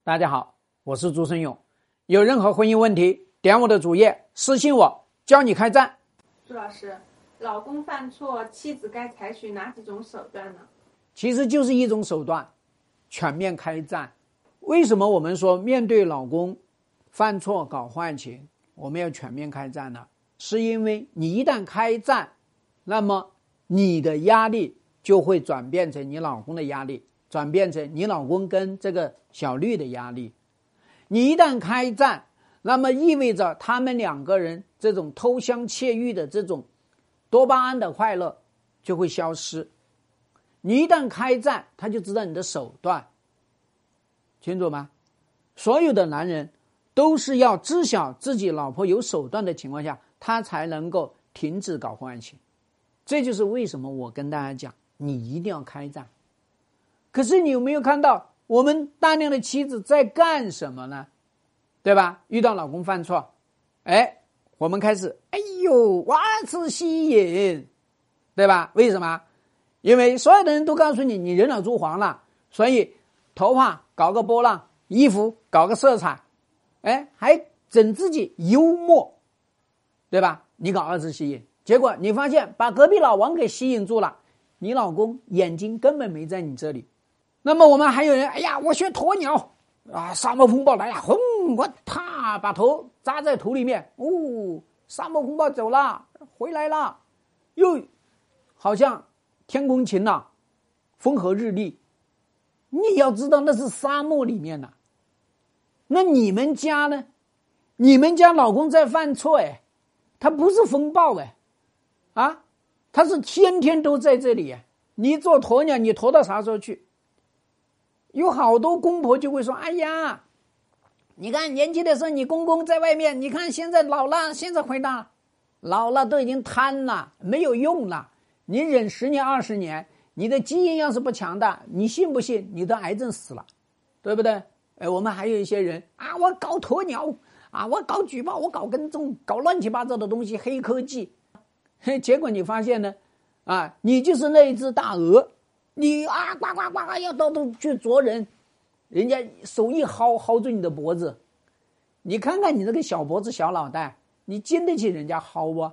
大家好，我是朱生勇。有任何婚姻问题，点我的主页私信我，教你开战。 朱老师，老公犯错，妻子该采取哪几种手段呢？ 其实就是一种手段，全面开战。为什么我们说面对老公犯错搞坏情，我们要全面开战呢？是因为你一旦开战，那么你的压力就会转变成你老公的压力，转变成你老公跟这个小绿的压力。你一旦开战，那么意味着他们两个人这种偷香窃玉的这种多巴胺的快乐就会消失。你一旦开战，他就知道你的手段，清楚吗？所有的男人都是要知晓自己老婆有手段的情况下，他才能够停止搞婚外情。这就是为什么我跟大家讲，你一定要开战。可是你有没有看到我们大量的妻子在干什么呢？对吧？遇到老公犯错，我们开始二次吸引，对吧？为什么？因为所有的人都告诉你，你人老珠黄了，所以头发搞个波浪，衣服搞个色彩，还整自己幽默，对吧？你搞二次吸引，结果你发现把隔壁老王给吸引住了，你老公眼睛根本没在你这里。那么我们还有人，我学鸵鸟啊，沙漠风暴来了，轰，我把头扎在土里面，沙漠风暴走了，回来了，又好像天空晴朗，风和日丽。你要知道那是沙漠里面的。那你们家呢？你们家老公在犯错，他不是风暴，他是天天都在这里。你做鸵鸟，你鸵到啥时候去？有好多公婆就会说，你看年轻的时候你公公在外面，你看现在老了，现在回答老了都已经瘫了，没有用了。你忍10年20年，你的基因要是不强大，你信不信你的癌症死了，对不对？我们还有一些人我搞鸵鸟我搞举报，我搞跟踪，搞乱七八糟的东西，黑科技。结果你发现呢，你就是那一只大鹅，你呱呱呱要到处去啄人，人家手一薅住你的脖子，你看看你这个小脖子小脑袋，你经得起人家薅不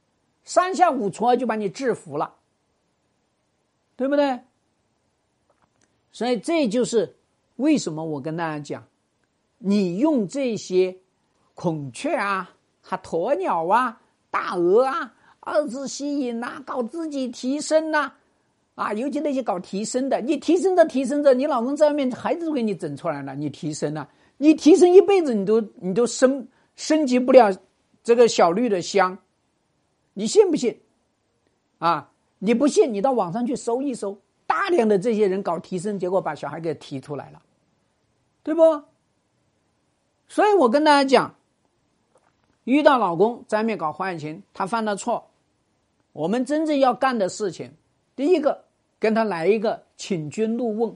？3下5除2就把你制服了，对不对？所以这就是为什么我跟大家讲，你用这些孔雀鸵鸟大鹅二次吸引搞自己提升尤其那些搞提升的，你提升着，你老公在外面孩子都给你整出来了，你提升了，你提升一辈子你都升级不了这个小绿的香，你信不信？你不信，你到网上去搜一搜，大量的这些人搞提升，结果把小孩给提出来了，对不？所以我跟大家讲，遇到老公在外面搞婚外情，他犯了错，我们真正要干的事情，第一个跟他来一个请君入瓮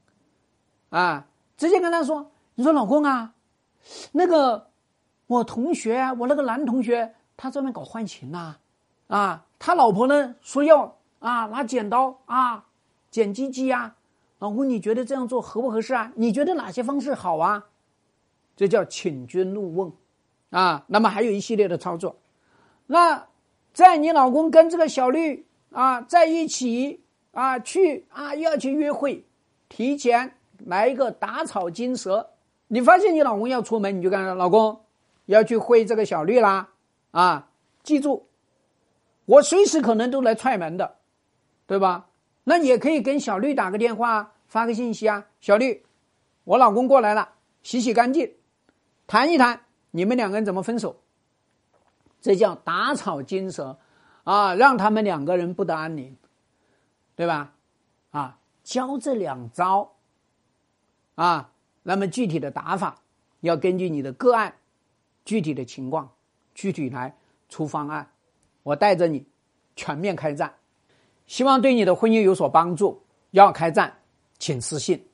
直接跟他说，你说老公那个我同学我那个男同学他在外面搞婚外情他老婆呢说要拿剪刀剪鸡鸡老公你觉得这样做合不合适你觉得哪些方式好这叫请君入瓮那么还有一系列的操作。那在你老公跟这个小绿在一起去要去约会，提前来一个打草惊蛇。你发现你老公要出门，你就跟他说，老公要去会这个小绿啦记住我随时可能都来踹门的，对吧？那也可以跟小绿打个电话发个信息小绿我老公过来了，洗干净，谈一谈你们两个人怎么分手。这叫打草惊蛇让他们两个人不得安宁，对吧？教这2招那么具体的打法要根据你的个案具体的情况具体来出方案，我带着你全面开战，希望对你的婚姻有所帮助。要开战请私信。